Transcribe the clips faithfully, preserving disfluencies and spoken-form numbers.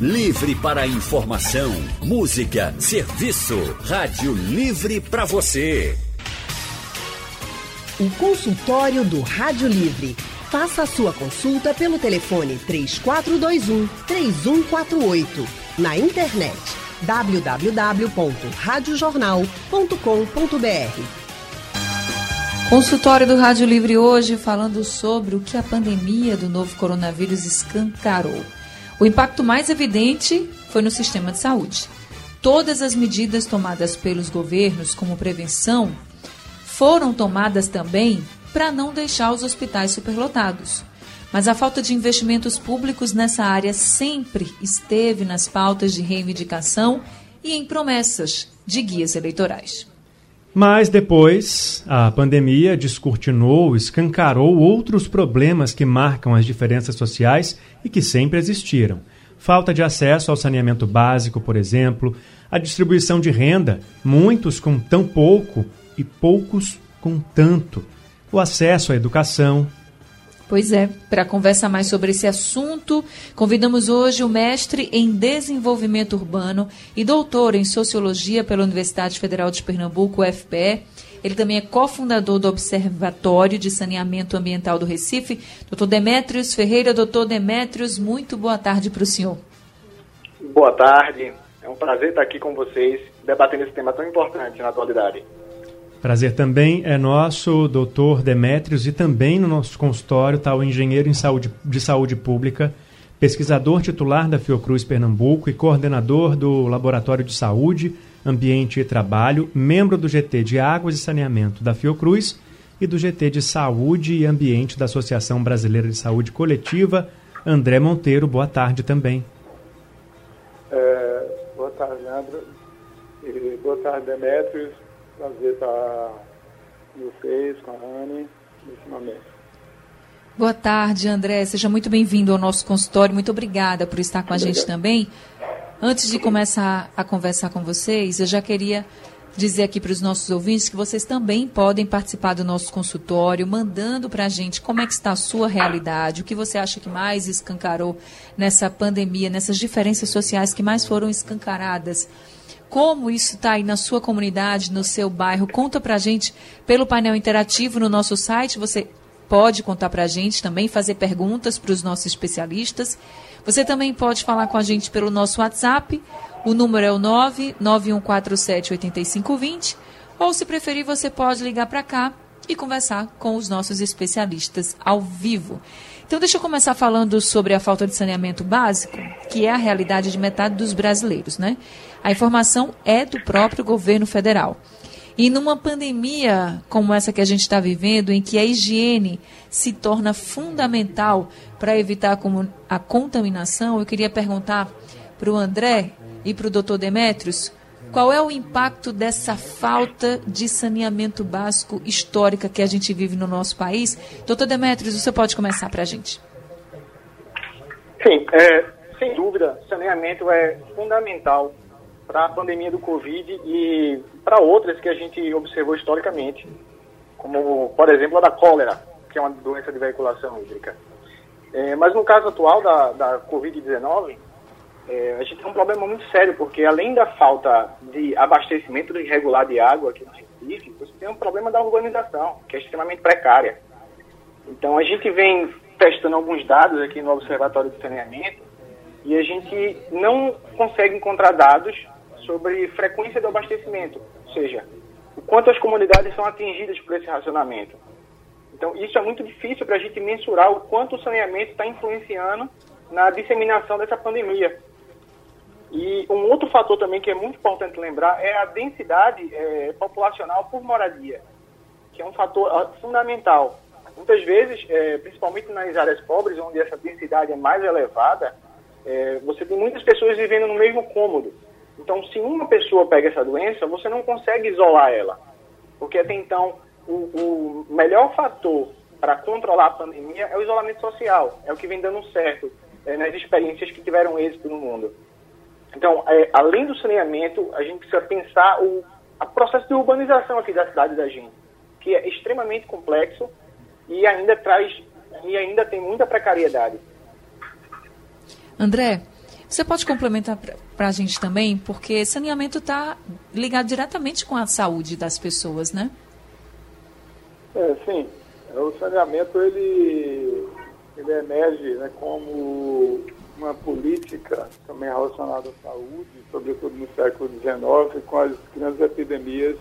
Livre para informação, música, serviço. Rádio Livre para você. O consultório do Rádio Livre. Faça a sua consulta pelo telefone três quatro dois um, três um quatro oito. Na internet w w w ponto rádio jornal ponto com ponto b r. Consultório do Rádio Livre hoje falando sobre o que a pandemia do novo coronavírus escancarou. O impacto mais evidente foi no sistema de saúde. Todas as medidas tomadas pelos governos como prevenção foram tomadas também para não deixar os hospitais superlotados. Mas a falta de investimentos públicos nessa área sempre esteve nas pautas de reivindicação e em promessas de guias eleitorais. Mas depois, a pandemia descortinou, escancarou outros problemas que marcam as diferenças sociais e que sempre existiram. Falta de acesso ao saneamento básico, por exemplo, a distribuição de renda, muitos com tão pouco e poucos com tanto, o acesso à educação. Pois é, para conversar mais sobre esse assunto, convidamos hoje o mestre em Desenvolvimento Urbano e doutor em Sociologia pela Universidade Federal de Pernambuco, U F P E. Ele também é cofundador do Observatório de Saneamento Ambiental do Recife, doutor Demétrios Ferreira. Doutor Demétrios, muito boa tarde para o senhor. Boa tarde, é um prazer estar aqui com vocês, debatendo esse tema tão importante na atualidade. Prazer também é nosso, doutor Demétrios, e também no nosso consultório está o engenheiro em saúde, de saúde pública, pesquisador titular da Fiocruz Pernambuco e coordenador do Laboratório de Saúde, Ambiente e Trabalho, membro do G T de Águas e Saneamento da Fiocruz e do G T de Saúde e Ambiente da Associação Brasileira de Saúde Coletiva, André Monteiro. Boa tarde também. É, boa tarde, Leandro. E boa tarde, Demétrios. Prazer estar com vocês, com a Anne, nesse momento. Boa tarde, André. Seja muito bem-vindo ao nosso consultório. Muito obrigada por estar com a gente também. Antes de começar a conversar com vocês, eu já queria dizer aqui para os nossos ouvintes que vocês também podem participar do nosso consultório, mandando para a gente como é que está a sua realidade, o que você acha que mais escancarou nessa pandemia, nessas diferenças sociais que mais foram escancaradas. Como isso está aí na sua comunidade, no seu bairro? Conta para a gente pelo painel interativo no nosso site. Você pode contar para a gente também, fazer perguntas para os nossos especialistas. Você também pode falar com a gente pelo nosso WhatsApp. O número é o nove nove um quatro sete oito cinco dois zero. Ou, se preferir, você pode ligar para cá e conversar com os nossos especialistas ao vivo. Então, deixa eu começar falando sobre a falta de saneamento básico, que é a realidade de metade dos brasileiros, né? A informação é do próprio governo federal. E numa pandemia como essa que a gente está vivendo, em que a higiene se torna fundamental para evitar a contaminação, eu queria perguntar para o André e para o doutor Demétrios, qual é o impacto dessa falta de saneamento básico histórica que a gente vive no nosso país? Doutor Demétrios, você pode começar para a gente. Sim, é, sem dúvida, saneamento é fundamental para a pandemia do Covid e para outras que a gente observou historicamente, como, por exemplo, a da cólera, que é uma doença de veiculação hídrica. É, mas no caso atual da, da covid dezenove, É, a gente tem um problema muito sério, porque além da falta de abastecimento irregular de água aqui no Recife, você tem um problema da urbanização, que é extremamente precária. Então, a gente vem testando alguns dados aqui no Observatório de Saneamento e a gente não consegue encontrar dados sobre frequência do abastecimento, ou seja, o quanto as comunidades são atingidas por esse racionamento. Então, isso é muito difícil para a gente mensurar o quanto o saneamento está influenciando na disseminação dessa pandemia. E um outro fator também que é muito importante lembrar é a densidade é, populacional por moradia, que é um fator fundamental. Muitas vezes, é, principalmente nas áreas pobres, onde essa densidade é mais elevada, é, você tem muitas pessoas vivendo no mesmo cômodo. Então, se uma pessoa pega essa doença, você não consegue isolar ela, porque até então o, o melhor fator para controlar a pandemia é o isolamento social, é o que vem dando certo é, nas experiências que tiveram êxito no mundo. Então, é, além do saneamento, a gente precisa pensar o a processo de urbanização aqui da cidade da gente, que é extremamente complexo e ainda traz e ainda tem muita precariedade. André, Você pode complementar para a gente também, porque saneamento está ligado diretamente com a saúde das pessoas, né? É, sim. O saneamento, ele, ele emerge, né, como uma política também relacionada à saúde, sobretudo no século dezenove, com as grandes epidemias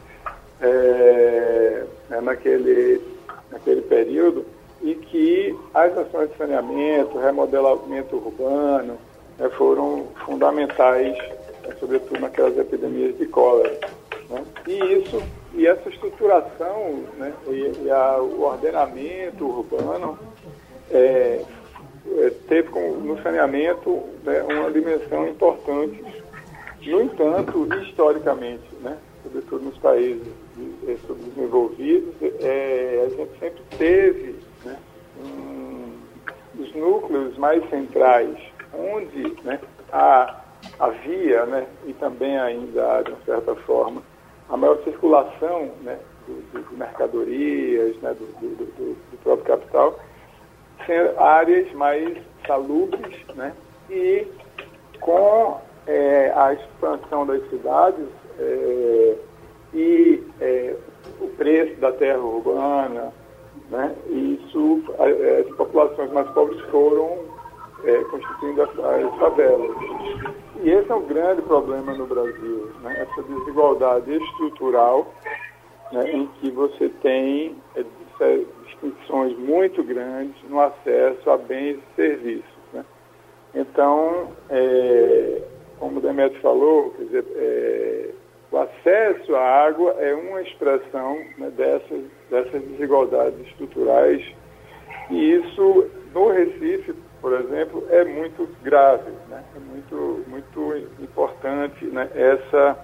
é, é, naquele, naquele período, e que as ações de saneamento, remodelamento urbano, né, foram fundamentais, né, sobretudo naquelas epidemias de cólera. Né? E isso, e essa estruturação, né, e, e a, o ordenamento urbano é, teve como, no saneamento, né, uma dimensão importante. No entanto, historicamente, né, sobretudo nos países de, subdesenvolvidos, é, a gente sempre teve, né, um, os núcleos mais centrais, onde, né, há, havia, né, e também ainda há, de uma certa forma, a maior circulação, né, de, de mercadorias, né, do, do, do, do próprio capital, sendo áreas mais salubres, né, e com é, a expansão das cidades é, e é, o preço da terra urbana, né, isso, as populações mais pobres foram é, constituindo as, as favelas. E esse é um grande problema no Brasil, né, essa desigualdade estrutural, né, em que você tem é, distinções muito grandes no acesso a bens e serviços. Né? Então, é, como o Demetrio falou, quer dizer, é, o acesso à água é uma expressão, né, dessas, dessas desigualdades estruturais, e isso, no Recife, por exemplo, é muito grave, né? É muito, muito importante, né, essa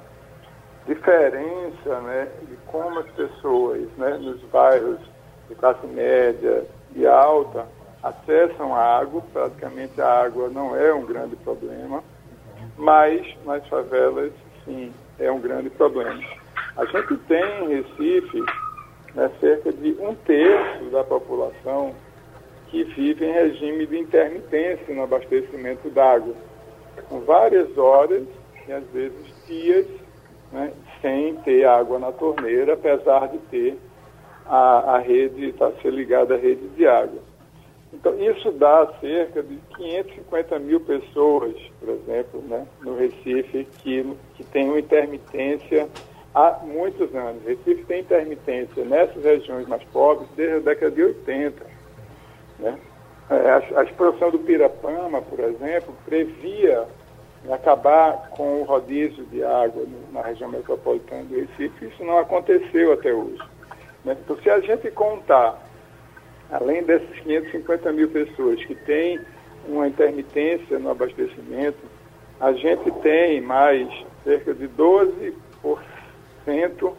diferença, né, de como as pessoas, né, nos bairros de classe média e alta acessam a água. Praticamente a água não é um grande problema, mas nas favelas, sim, é um grande problema. A gente tem em Recife, né, cerca de um terço da população que vive em regime de intermitência no abastecimento d'água, com várias horas e às vezes dias, né, sem ter água na torneira, apesar de ter a, a rede, estar tá, ser ligada à rede de água. Então, isso dá cerca de quinhentas e cinquenta mil pessoas, por exemplo, né, no Recife, que, que tem uma intermitência há muitos anos. Recife tem intermitência nessas regiões mais pobres desde a década de oitenta. Né? A, a expansão do Pirapama, por exemplo, previa acabar com o rodízio de água no, na região metropolitana do Recife. Isso não aconteceu até hoje. Né? Então, se a gente contar, além dessas quinhentas e cinquenta mil pessoas que têm uma intermitência no abastecimento, a gente tem mais cerca de doze por cento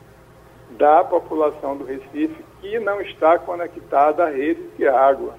da população do Recife que não está conectada à rede de água.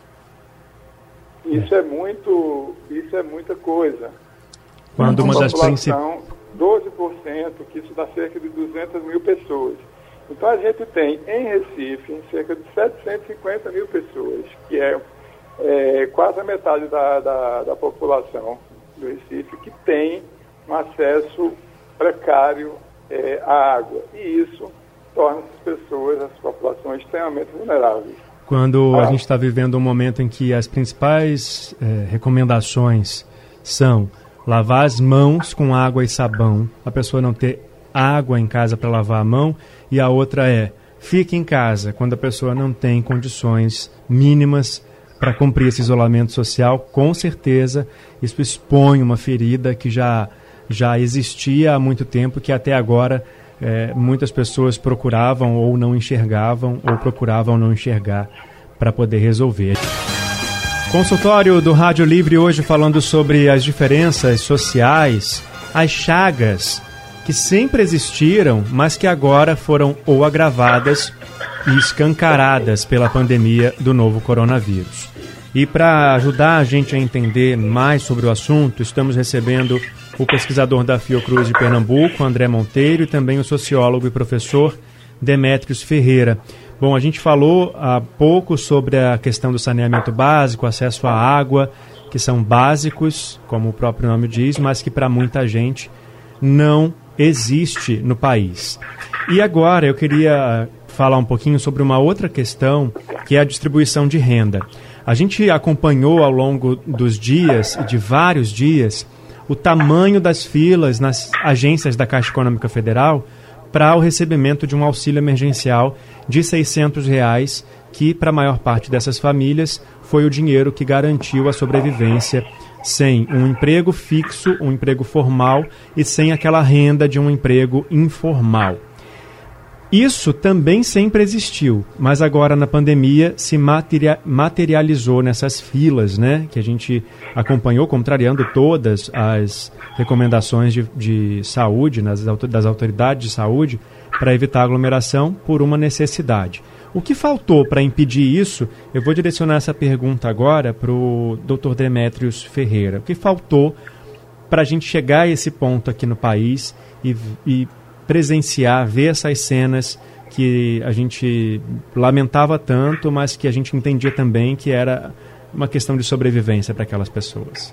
Isso é muito, isso é muita coisa. Quando uma das principais... doze por cento, que isso dá cerca de duzentas mil pessoas. Então a gente tem em Recife cerca de setecentas e cinquenta mil pessoas, que é, é quase a metade da, da, da população do Recife, que tem um acesso precário é, à água. E isso torna as pessoas, as populações extremamente vulneráveis. Quando ah. a gente está vivendo um momento em que as principais é, recomendações são lavar as mãos com água e sabão, a pessoa não ter água em casa para lavar a mão, e a outra é fique em casa, quando a pessoa não tem condições mínimas para cumprir esse isolamento social, com certeza isso expõe uma ferida que já, já existia há muito tempo, que até agora é, muitas pessoas procuravam ou não enxergavam, ou procuravam não enxergar para poder resolver. Consultório do Rádio Livre hoje falando sobre as diferenças sociais, as chagas que sempre existiram, mas que agora foram ou agravadas e escancaradas pela pandemia do novo coronavírus. E para ajudar a gente a entender mais sobre o assunto, estamos recebendo o pesquisador da Fiocruz de Pernambuco, André Monteiro, e também o sociólogo e professor Demétrios Ferreira. Bom, a gente falou há pouco sobre a questão do saneamento básico, acesso à água, que são básicos, como o próprio nome diz, mas que para muita gente não existe no país. E agora eu queria falar um pouquinho sobre uma outra questão, que é a distribuição de renda. A gente acompanhou ao longo dos dias, de vários dias, o tamanho das filas nas agências da Caixa Econômica Federal para o recebimento de um auxílio emergencial de seiscentos reais, que para a maior parte dessas famílias foi o dinheiro que garantiu a sobrevivência sem um emprego fixo, um emprego formal e sem aquela renda de um emprego informal. Isso também sempre existiu, mas agora na pandemia se materia- materializou nessas filas, né, que a gente acompanhou, contrariando todas as recomendações de, de saúde, nas, das autoridades de saúde, para evitar aglomeração por uma necessidade. O que faltou para impedir isso? Eu vou direcionar essa pergunta agora para o doutor Demétrios Ferreira. O que faltou para a gente chegar a esse ponto aqui no país e, e presenciar, ver essas cenas que a gente lamentava tanto, mas que a gente entendia também que era uma questão de sobrevivência para aquelas pessoas?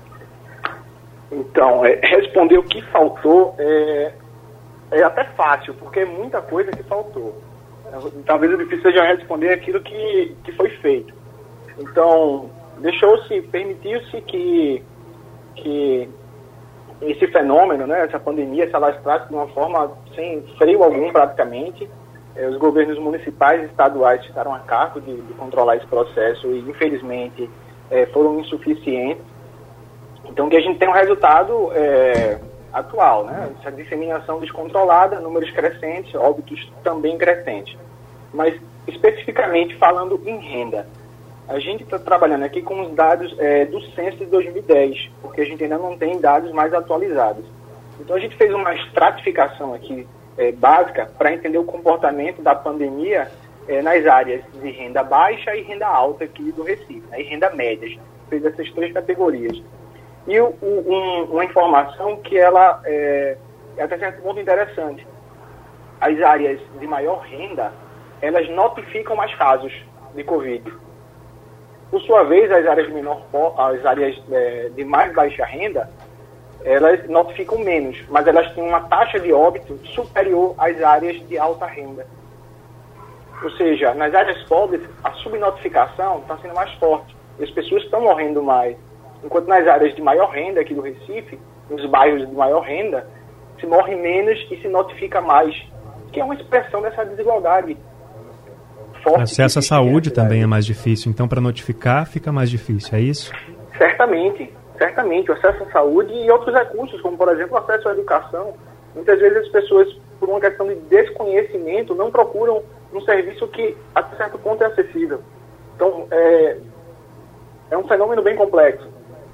Então, é, responder o que faltou é, é até fácil, porque é muita coisa que faltou. Talvez o difícil seja responder aquilo que, que foi feito. Então, deixou-se, permitiu-se que, que esse fenômeno, né, essa pandemia, se alastrasse de uma forma sem freio algum praticamente. Eh, os governos municipais e estaduais ficaram a cargo de, de controlar esse processo e, infelizmente, eh, foram insuficientes. Então, que a gente tem um resultado eh, atual, né? Essa disseminação descontrolada, números crescentes, óbitos também crescentes. Mas, especificamente falando em renda, a gente está trabalhando aqui com os dados é, do censo de dois mil e dez, porque a gente ainda não tem dados mais atualizados. Então, a gente fez uma estratificação aqui é, básica para entender o comportamento da pandemia é, nas áreas de renda baixa e renda alta aqui do Recife, né, e renda média. A gente fez essas três categorias. E o, um, uma informação que ela é, é até certo ponto interessante. As áreas de maior renda, elas notificam mais casos de Covid. Por sua vez, as áreas de, menor, as áreas é, de mais baixa renda, elas notificam menos, mas elas têm uma taxa de óbito superior às áreas de alta renda. Ou seja, nas áreas pobres, a subnotificação está sendo mais forte. E as pessoas estão morrendo mais. Enquanto nas áreas de maior renda aqui do Recife, nos bairros de maior renda, se morre menos e se notifica mais, que é uma expressão dessa desigualdade forte. Acesso à saúde também é mais difícil, então para notificar fica mais difícil, é isso? Certamente, certamente. O acesso à saúde e outros recursos, como por exemplo o acesso à educação. Muitas vezes as pessoas, por uma questão de desconhecimento, não procuram um serviço que até certo ponto é acessível. Então, é, é um fenômeno bem complexo.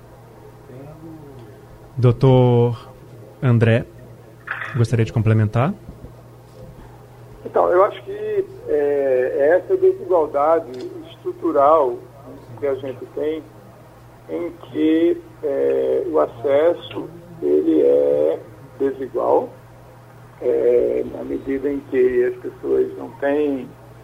Doutor André, gostaria de complementar? Então, eu acho que é, essa desigualdade estrutural que a gente tem, em que é, o acesso ele é desigual, é, na medida em que as pessoas não têm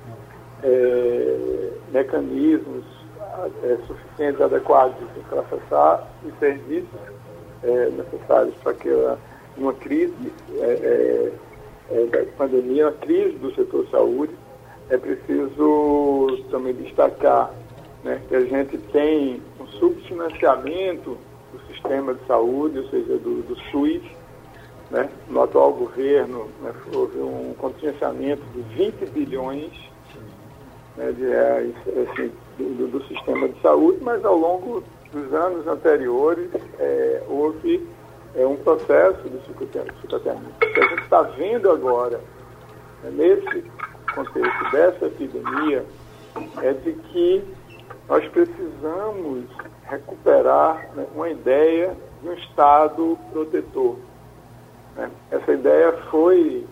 é, mecanismos é, suficientes, adequados para acessar os serviços é, necessários para que uma crise é, é, é, da pandemia, uma crise do setor saúde. É preciso também destacar, né, que a gente tem um subfinanciamento do sistema de saúde, ou seja, do, do SUS. Né? No atual governo, né, houve um contingenciamento de vinte bilhões, né, de reais assim, do, do sistema de saúde, mas ao longo dos anos anteriores é, houve é, um processo de sucateamento. O que a gente está vendo agora, né, nesse contexto dessa epidemia, é de que nós precisamos recuperar, né, uma ideia de um Estado protetor. Né? Essa ideia foi,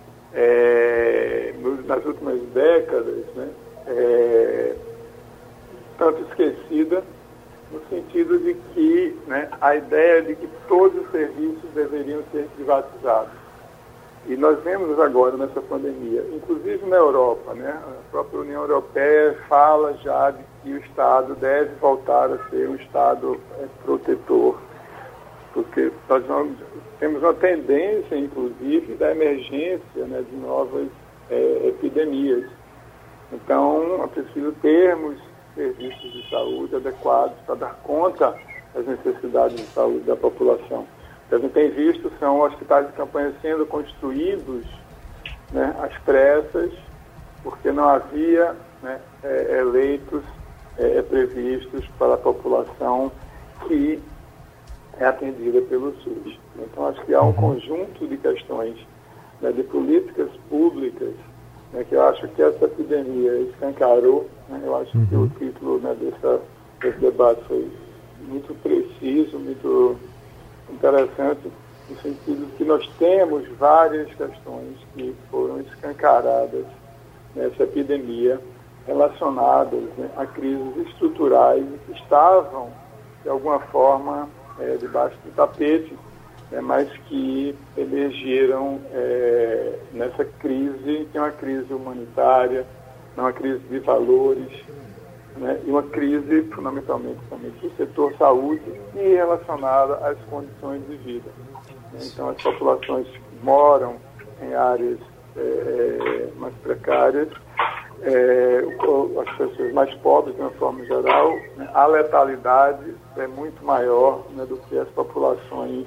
é, no, nas últimas décadas, né, é, tanto esquecida, no sentido de que, né, a ideia de que todos os serviços deveriam ser privatizados. E nós vemos agora nessa pandemia, inclusive na Europa, né? A própria União Europeia fala já de que o Estado deve voltar a ser um Estado é, protetor, porque nós vamos, temos uma tendência, inclusive, da emergência, né, de novas é, epidemias. Então, é preciso termos serviços de saúde adequados para dar conta das necessidades de saúde da população. O que a gente tem visto são hospitais de campanha sendo construídos, né, às pressas, porque não havia, né, é, leitos é, previstos para a população que é atendida pelo SUS. Então, acho que há um conjunto de questões, né, de políticas públicas, né, que eu acho que essa epidemia escancarou. Né, eu acho uhum. que o título, né, dessa, desse debate foi muito preciso, muito interessante, no sentido de que nós temos várias questões que foram escancaradas nessa epidemia, relacionadas, né, a crises estruturais que estavam, de alguma forma, é, debaixo do tapete, né, mas que emergiram é, nessa crise, que é uma crise humanitária, uma crise de valores, né, e uma crise, fundamentalmente, também do setor saúde e relacionada às condições de vida. Então, as populações que moram em áreas é, mais precárias, é, as pessoas mais pobres, de uma forma geral, né, a letalidade é muito maior, né, do que as populações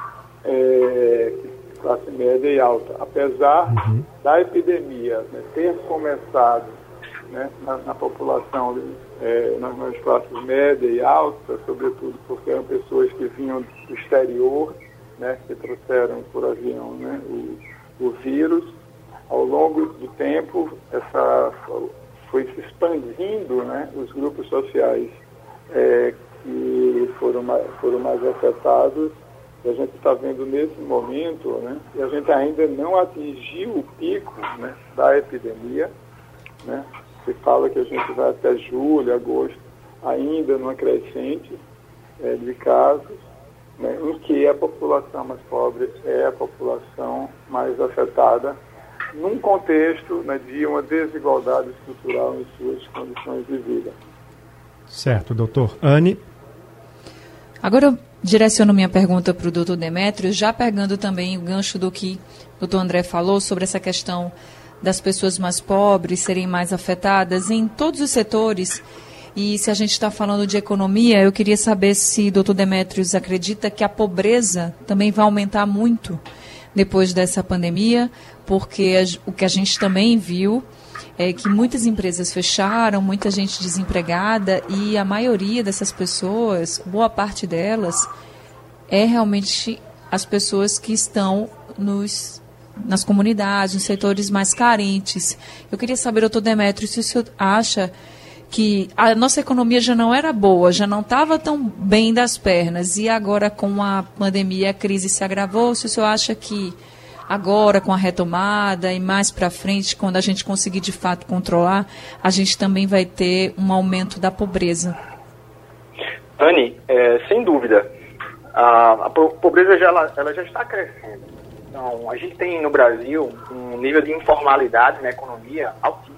é, de classe média e alta. Apesar uhum. da epidemia, né, ter começado, né, na, na população, é, nas, nas classes média e alta, sobretudo porque eram pessoas que vinham do exterior, né, que trouxeram por avião, né, o, o vírus. Ao longo do tempo, essa, foi se expandindo, né, os grupos sociais é, que foram mais, foram mais afetados. E a gente está vendo nesse momento, né, e a gente ainda não atingiu o pico, né, da epidemia, né. Se fala que a gente vai até julho, agosto, ainda numa crescente é, de casos, né, em que a população mais pobre é a população mais afetada, num contexto, né, de uma desigualdade estrutural em suas condições de vida. Certo, doutor. Anne? Agora eu direciono minha pergunta para o doutor Demétrios, já pegando também o gancho do que o doutor André falou sobre essa questão das pessoas mais pobres serem mais afetadas em todos os setores. E se a gente está falando de economia, eu queria saber se o doutor Demétrios acredita que a pobreza também vai aumentar muito depois dessa pandemia, porque o que a gente também viu é que muitas empresas fecharam, muita gente desempregada, e a maioria dessas pessoas, boa parte delas, é realmente as pessoas que estão nos, nas comunidades, nos setores mais carentes. Eu queria saber, doutor Demétrios, se o senhor acha que a nossa economia já não era boa, já não estava tão bem das pernas, e agora com a pandemia a crise se agravou, se o senhor acha que agora com a retomada e mais para frente, quando a gente conseguir de fato controlar, a gente também vai ter um aumento da pobreza? Anne, é, sem dúvida, a, a pobreza já, ela, ela já está crescendo. Então, a gente tem no Brasil um nível de informalidade na economia altíssimo.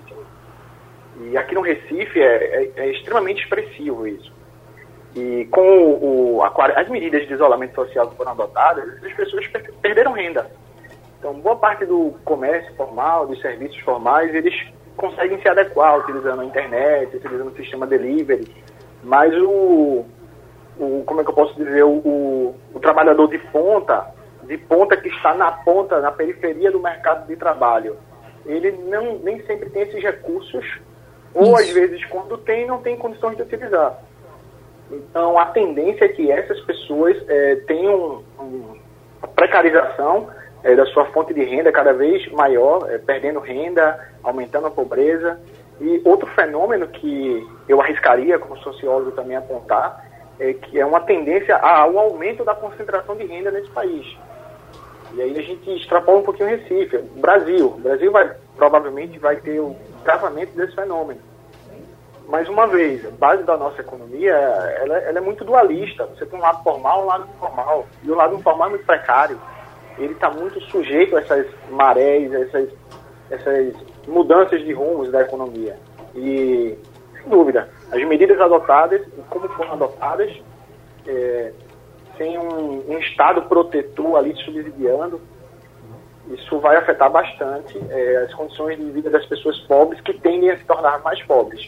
E aqui no Recife é, é, é extremamente expressivo isso. E com o, o, a, as medidas de isolamento social que foram adotadas, as pessoas per, perderam renda. Então, boa parte do comércio formal, dos serviços formais, eles conseguem se adequar utilizando a internet, utilizando o sistema delivery. Mas o, o como é que eu posso dizer, o, o, o trabalhador de ponta, de ponta que está na ponta, na periferia do mercado de trabalho, ele não, nem sempre tem esses recursos, ou às vezes quando tem, não tem condições de utilizar. Então a tendência é que essas pessoas é, tenham um, uma precarização é, da sua fonte de renda cada vez maior, é, perdendo renda, aumentando a pobreza. E outro fenômeno que eu arriscaria como sociólogo também apontar é que é uma tendência ao aumento da concentração de renda nesse país. E aí a gente extrapola um pouquinho o Recife, o Brasil. O Brasil vai, provavelmente vai ter o travamento desse fenômeno. Mais uma vez, a base da nossa economia ela, ela é muito dualista. Você tem um lado formal e um lado informal. E o lado informal é muito precário. ele está muito sujeito a essas marés, a essas, essas mudanças de rumos da economia. E, sem dúvida, as medidas adotadas, como foram adotadas, é, sem um, um Estado protetor ali subsidiando, isso vai afetar bastante é, as condições de vida das pessoas pobres, que tendem a se tornar mais pobres.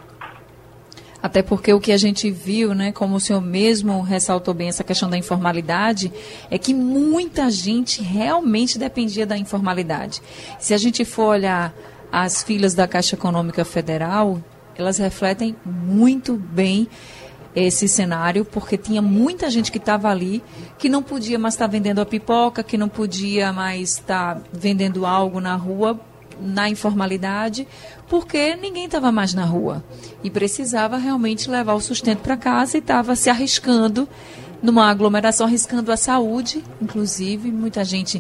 Até porque o que a gente viu, né, como o senhor mesmo ressaltou bem essa questão da informalidade, é que muita gente realmente dependia da informalidade. Se a gente for olhar as filas da Caixa Econômica Federal, elas refletem muito bem esse cenário, porque tinha muita gente que estava ali, que não podia mais estar vendendo a pipoca, que não podia mais estar vendendo algo na rua, na informalidade, porque ninguém estava mais na rua e precisava realmente levar o sustento para casa e estava se arriscando numa aglomeração, arriscando a saúde, inclusive. Muita gente,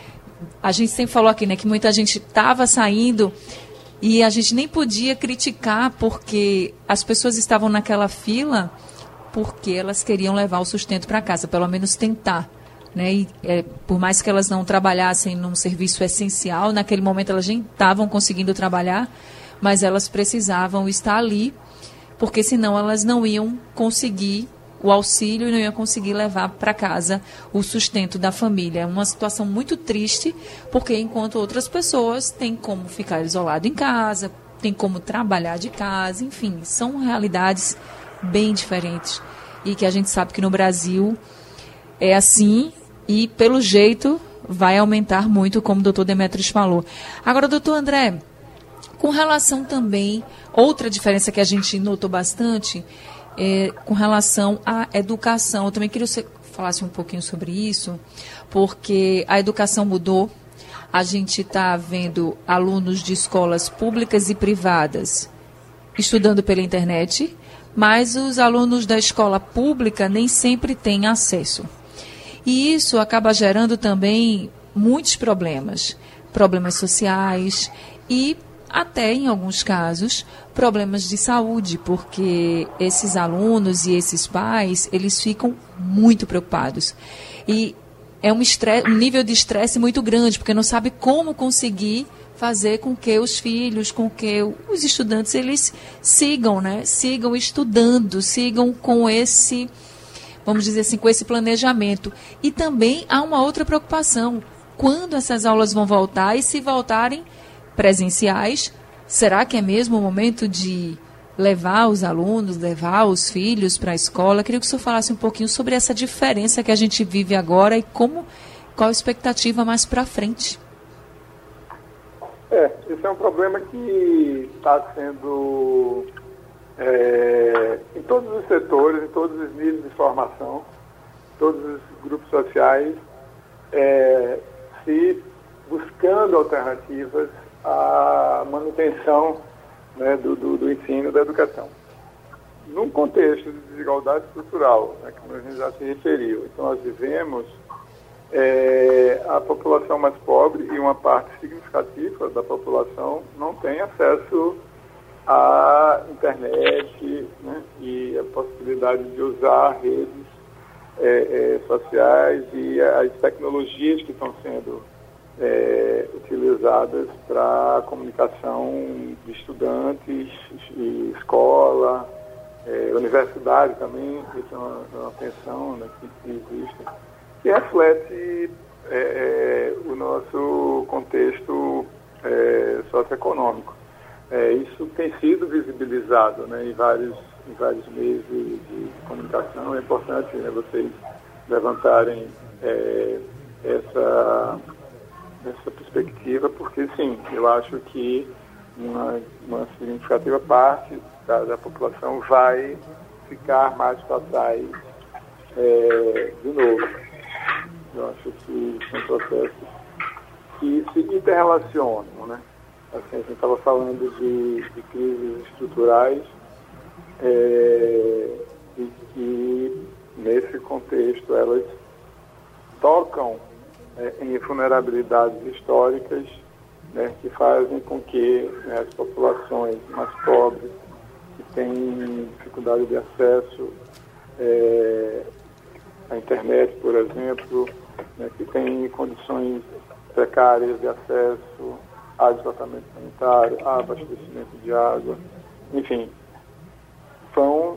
a gente sempre falou aqui, né, que muita gente estava saindo e a gente nem podia criticar, porque as pessoas estavam naquela fila porque elas queriam levar o sustento para casa, pelo menos tentar. Né? E, é, por mais que elas não trabalhassem num serviço essencial, naquele momento elas já estavam conseguindo trabalhar, mas elas precisavam estar ali, porque senão elas não iam conseguir o auxílio e não iam conseguir levar para casa o sustento da família. É uma situação muito triste, porque enquanto outras pessoas têm como ficar isolado em casa, têm como trabalhar de casa, enfim, são realidades bem diferentes. E que a gente sabe que no Brasil é assim e, pelo jeito, vai aumentar muito, como o doutor Demetrios falou. Agora, doutor André, com relação também, outra diferença que a gente notou bastante, é com relação à educação. Eu também queria que você falasse um pouquinho sobre isso, porque a educação mudou. A gente está vendo alunos de escolas públicas e privadas estudando pela internet, mas os alunos da escola pública nem sempre têm acesso. E isso acaba gerando também muitos problemas, problemas sociais e até, em alguns casos, problemas de saúde, porque esses alunos e esses pais, eles ficam muito preocupados. E é um, estresse, um nível de estresse muito grande, porque não sabe como conseguir fazer com que os filhos, com que os estudantes, eles sigam, né? Sigam estudando, sigam com esse, vamos dizer assim, com esse planejamento. E também há uma outra preocupação. Quando essas aulas vão voltar e se voltarem presenciais, será que é mesmo o momento de levar os alunos, levar os filhos para a escola? Eu queria que o senhor falasse um pouquinho sobre essa diferença que a gente vive agora e como, qual a expectativa mais para frente. É, esse é um problema que está sendo, é, em todos os setores, em todos os níveis de formação, todos os grupos sociais, é, se buscando alternativas à manutenção, né, do, do, do ensino e da educação. Num contexto de desigualdade estrutural, né, como a gente já se referiu, então nós vivemos É, a população mais pobre e uma parte significativa da população não tem acesso à internet, né, e a possibilidade de usar redes é, é, sociais e as tecnologias que estão sendo é, utilizadas para a comunicação de estudantes, e escola, é, universidade também. Isso é uma, uma tensão, né, que existe, que reflete é, o nosso contexto é, socioeconômico. É, isso tem sido visibilizado, né, em, vários, em vários meios de, de comunicação. É importante, né, vocês levantarem é, essa, essa perspectiva, porque, sim, eu acho que uma, uma significativa parte da, da população vai ficar mais para trás é, de novo. Eu acho que são processos que se interrelacionam, né? Assim, a gente estava falando de, de crises estruturais é, e que, nesse contexto, elas tocam é, em vulnerabilidades históricas, né, que fazem com que, né, as populações mais pobres, que têm dificuldade de acesso é, à internet, por exemplo, né, que têm condições precárias de acesso a tratamento sanitário, a abastecimento de água, enfim, são,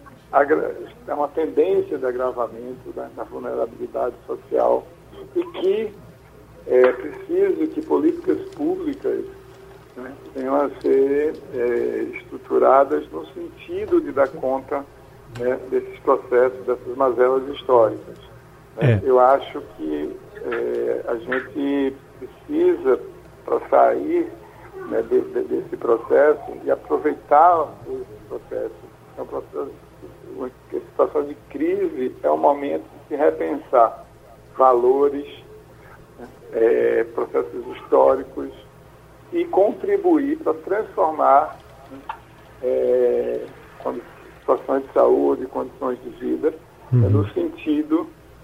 é uma tendência de agravamento da, da vulnerabilidade social e que é preciso que políticas públicas, né, venham a ser é, estruturadas no sentido de dar conta, né, desses processos, dessas mazelas históricas. Né? É. Eu acho que é, a gente precisa, para sair, né, de, de, desse processo e aproveitar esse processo. É um processo, uma situação de crise é um momento de se repensar valores, né, é, processos históricos e contribuir para transformar, né, é, situações de saúde, condições de vida, uhum. é, no sentido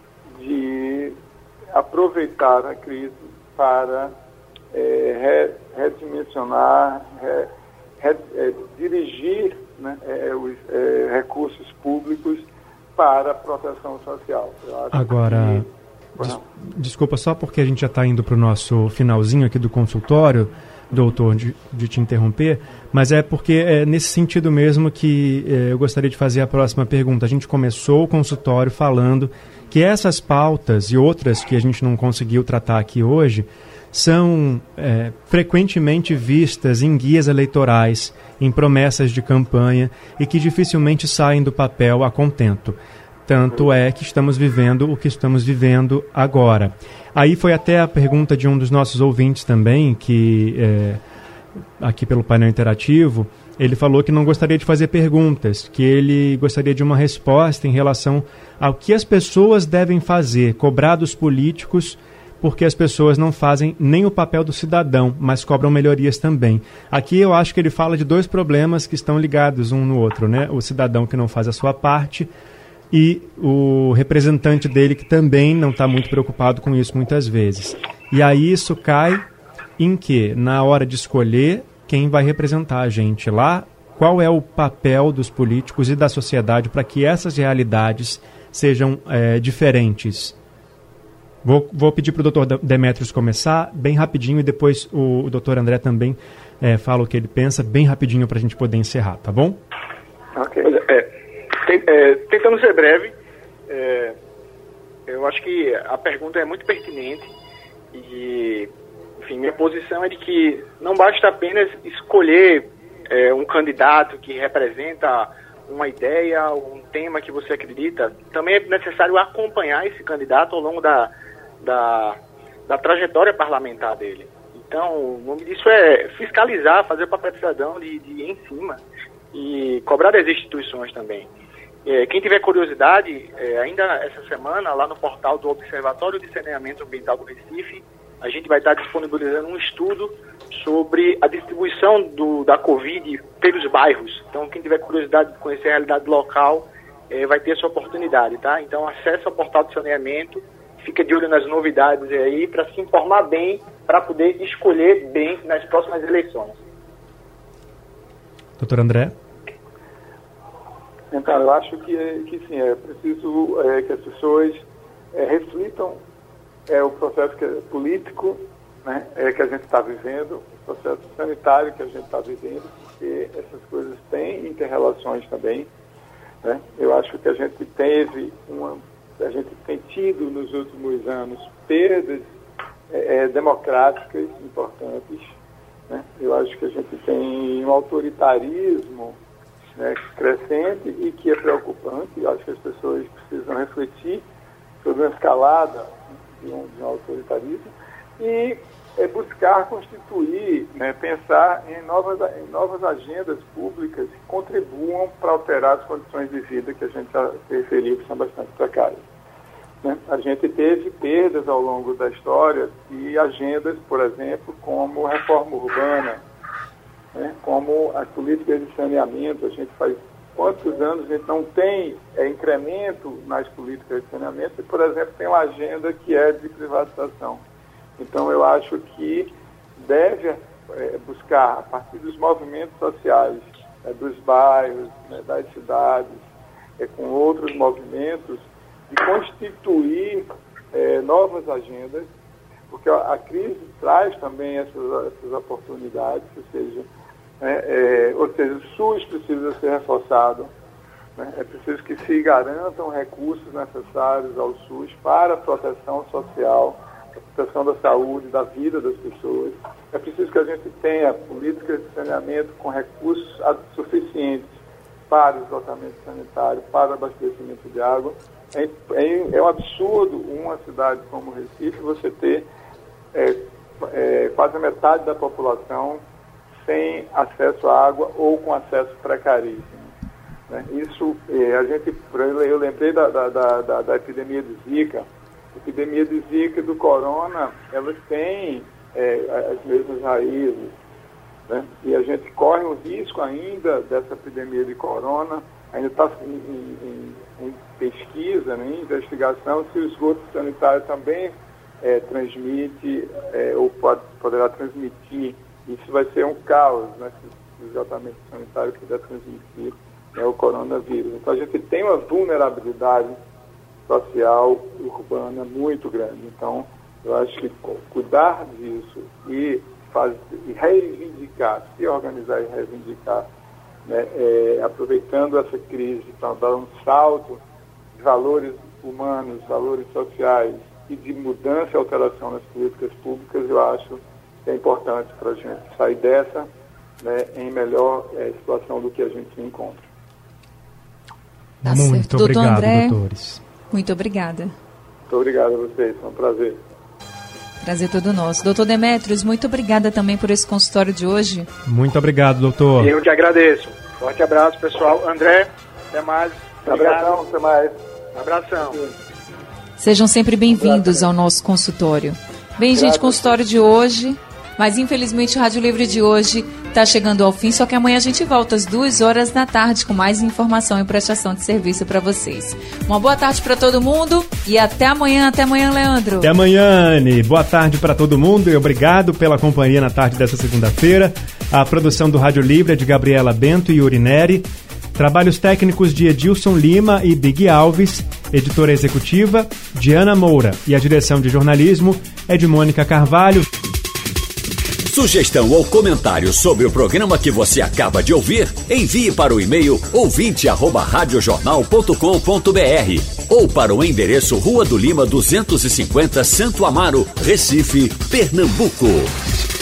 de aproveitar a crise para é, redimensionar, re, re, é, dirigir, né, é, os é, recursos públicos para a proteção social. Eu acho Agora, que... des, desculpa, só porque a gente já está indo para o nosso finalzinho aqui do consultório, doutor, de, de te interromper, mas é porque é nesse sentido mesmo que é, eu gostaria de fazer a próxima pergunta. A gente começou o consultório falando que essas pautas e outras que a gente não conseguiu tratar aqui hoje são é, frequentemente vistas em guias eleitorais, em promessas de campanha e que dificilmente saem do papel a contento. Tanto é que estamos vivendo o que estamos vivendo agora. Aí foi até a pergunta de um dos nossos ouvintes também, que é, aqui pelo painel interativo, ele falou que não gostaria de fazer perguntas, que ele gostaria de uma resposta em relação ao que as pessoas devem fazer, cobrar dos políticos, porque as pessoas não fazem nem o papel do cidadão, mas cobram melhorias também. Aqui eu acho que ele fala de dois problemas que estão ligados um no outro, né? O cidadão que não faz a sua parte e o representante dele que também não está muito preocupado com isso muitas vezes. E aí isso cai em que? Na hora de escolher quem vai representar a gente lá, qual é o papel dos políticos e da sociedade para que essas realidades sejam é, diferentes. Vou, vou pedir para o doutor Demétrios começar bem rapidinho e depois o, o doutor André também é, fala o que ele pensa bem rapidinho para a gente poder encerrar, tá bom? Ok. É, tem, é, tentando ser breve, é, eu acho que a pergunta é muito pertinente e, enfim, minha posição é de que não basta apenas escolher é, um candidato que representa uma ideia, um tema que você acredita, também é necessário acompanhar esse candidato ao longo da Da, da trajetória parlamentar dele. Então, o nome disso é fiscalizar, fazer o papel do cidadão de, de ir em cima e cobrar das instituições também. É, quem tiver curiosidade, é, ainda essa semana, lá no portal do Observatório de Saneamento Ambiental do Recife, a gente vai estar disponibilizando um estudo sobre a distribuição do, da Covid pelos bairros. Então, quem tiver curiosidade de conhecer a realidade local, é, vai ter essa oportunidade, tá? Então, acesse ao portal de saneamento, fica de olho nas novidades aí para se informar bem, para poder escolher bem nas próximas eleições. Doutor André? Então, eu acho que, que sim, é preciso é, que as pessoas é, reflitam é, o processo que é político, né, é, que a gente está vivendo, o processo sanitário que a gente está vivendo, porque essas coisas têm inter-relações também. Né? Eu acho que a gente teve uma... A gente tem tido nos últimos anos perdas é, democráticas importantes. Né? Eu acho que a gente tem um autoritarismo, né, crescente e que é preocupante. Eu acho que as pessoas precisam refletir sobre a escalada de um, de um autoritarismo e é, buscar constituir, né, pensar em novas, em novas agendas públicas que contribuam para alterar as condições de vida que a gente já se referiu, que são bastante precárias. Né? A gente teve perdas ao longo da história de agendas, por exemplo, como reforma urbana, né, como as políticas de saneamento. A gente faz quantos anos a gente não tem é, incremento nas políticas de saneamento e, por exemplo, tem uma agenda que é de privatização. Então, eu acho que deve é, buscar, a partir dos movimentos sociais, é, dos bairros, né, das cidades, é, com outros movimentos, de constituir é, novas agendas, porque a, a crise traz também essas, essas oportunidades, ou seja, é, é, ou seja, o SUS precisa ser reforçado, né? É preciso que se garantam recursos necessários ao SUS para a proteção social, a proteção da saúde, da vida das pessoas. É preciso que a gente tenha políticas de saneamento com recursos suficientes para o esgotamento sanitário, para o abastecimento de água. É, é, é um absurdo uma cidade como Recife você ter é, é, quase metade da população sem acesso à água ou com acesso precaríssimo. Né? Isso, é, a gente, eu lembrei da, da, da, da epidemia de Zika. A epidemia de Zika e do corona, elas têm é, as mesmas raízes. Né? E a gente corre o risco ainda dessa epidemia de corona, ainda está em, em, em pesquisa, né, em investigação, se o esgoto sanitário também é, transmite é, ou pode, poderá transmitir. Isso vai ser um caos, né, se o esgotamento sanitário puder transmitir é, o coronavírus. Então a gente tem uma vulnerabilidade social urbana muito grande. Então eu acho que cuidar disso e fazer, e reivindicar, se organizar e reivindicar, né, é, aproveitando essa crise para dar um salto de valores humanos, valores sociais e de mudança e alteração nas políticas públicas, eu acho que é importante para a gente sair dessa, né, em melhor é, situação do que a gente se encontra. Tá muito certo. obrigado, Doutor André, doutores. Muito obrigada. Muito obrigado a vocês, foi um prazer. Prazer todo nosso. Doutor Demétrios, muito obrigada também por esse consultório de hoje. Muito obrigado, doutor. Eu te agradeço. Forte abraço, pessoal. André, até mais. Obrigado. Abração, até mais. Abração. Sejam sempre bem-vindos ao nosso consultório. Bem, gente, consultório de hoje, mas infelizmente o Rádio Livre de hoje está chegando ao fim, só que amanhã a gente volta às duas horas da tarde com mais informação e prestação de serviço para vocês. Uma boa tarde para todo mundo e até amanhã. Até amanhã, Leandro. Até amanhã, Anne. Boa tarde para todo mundo e obrigado pela companhia na tarde dessa segunda-feira. A produção do Rádio Livre é de Gabriela Bento e Yuri Neri. Trabalhos técnicos de Edilson Lima e Big Alves. Editora executiva, Diana Moura. E a direção de jornalismo é de Mônica Carvalho. Sugestão ou comentário sobre o programa que você acaba de ouvir, envie para o e-mail ouvinte arroba radiojornal ponto com ponto br ou para o endereço Rua do Lima duzentos e cinquenta, Santo Amaro, Recife, Pernambuco.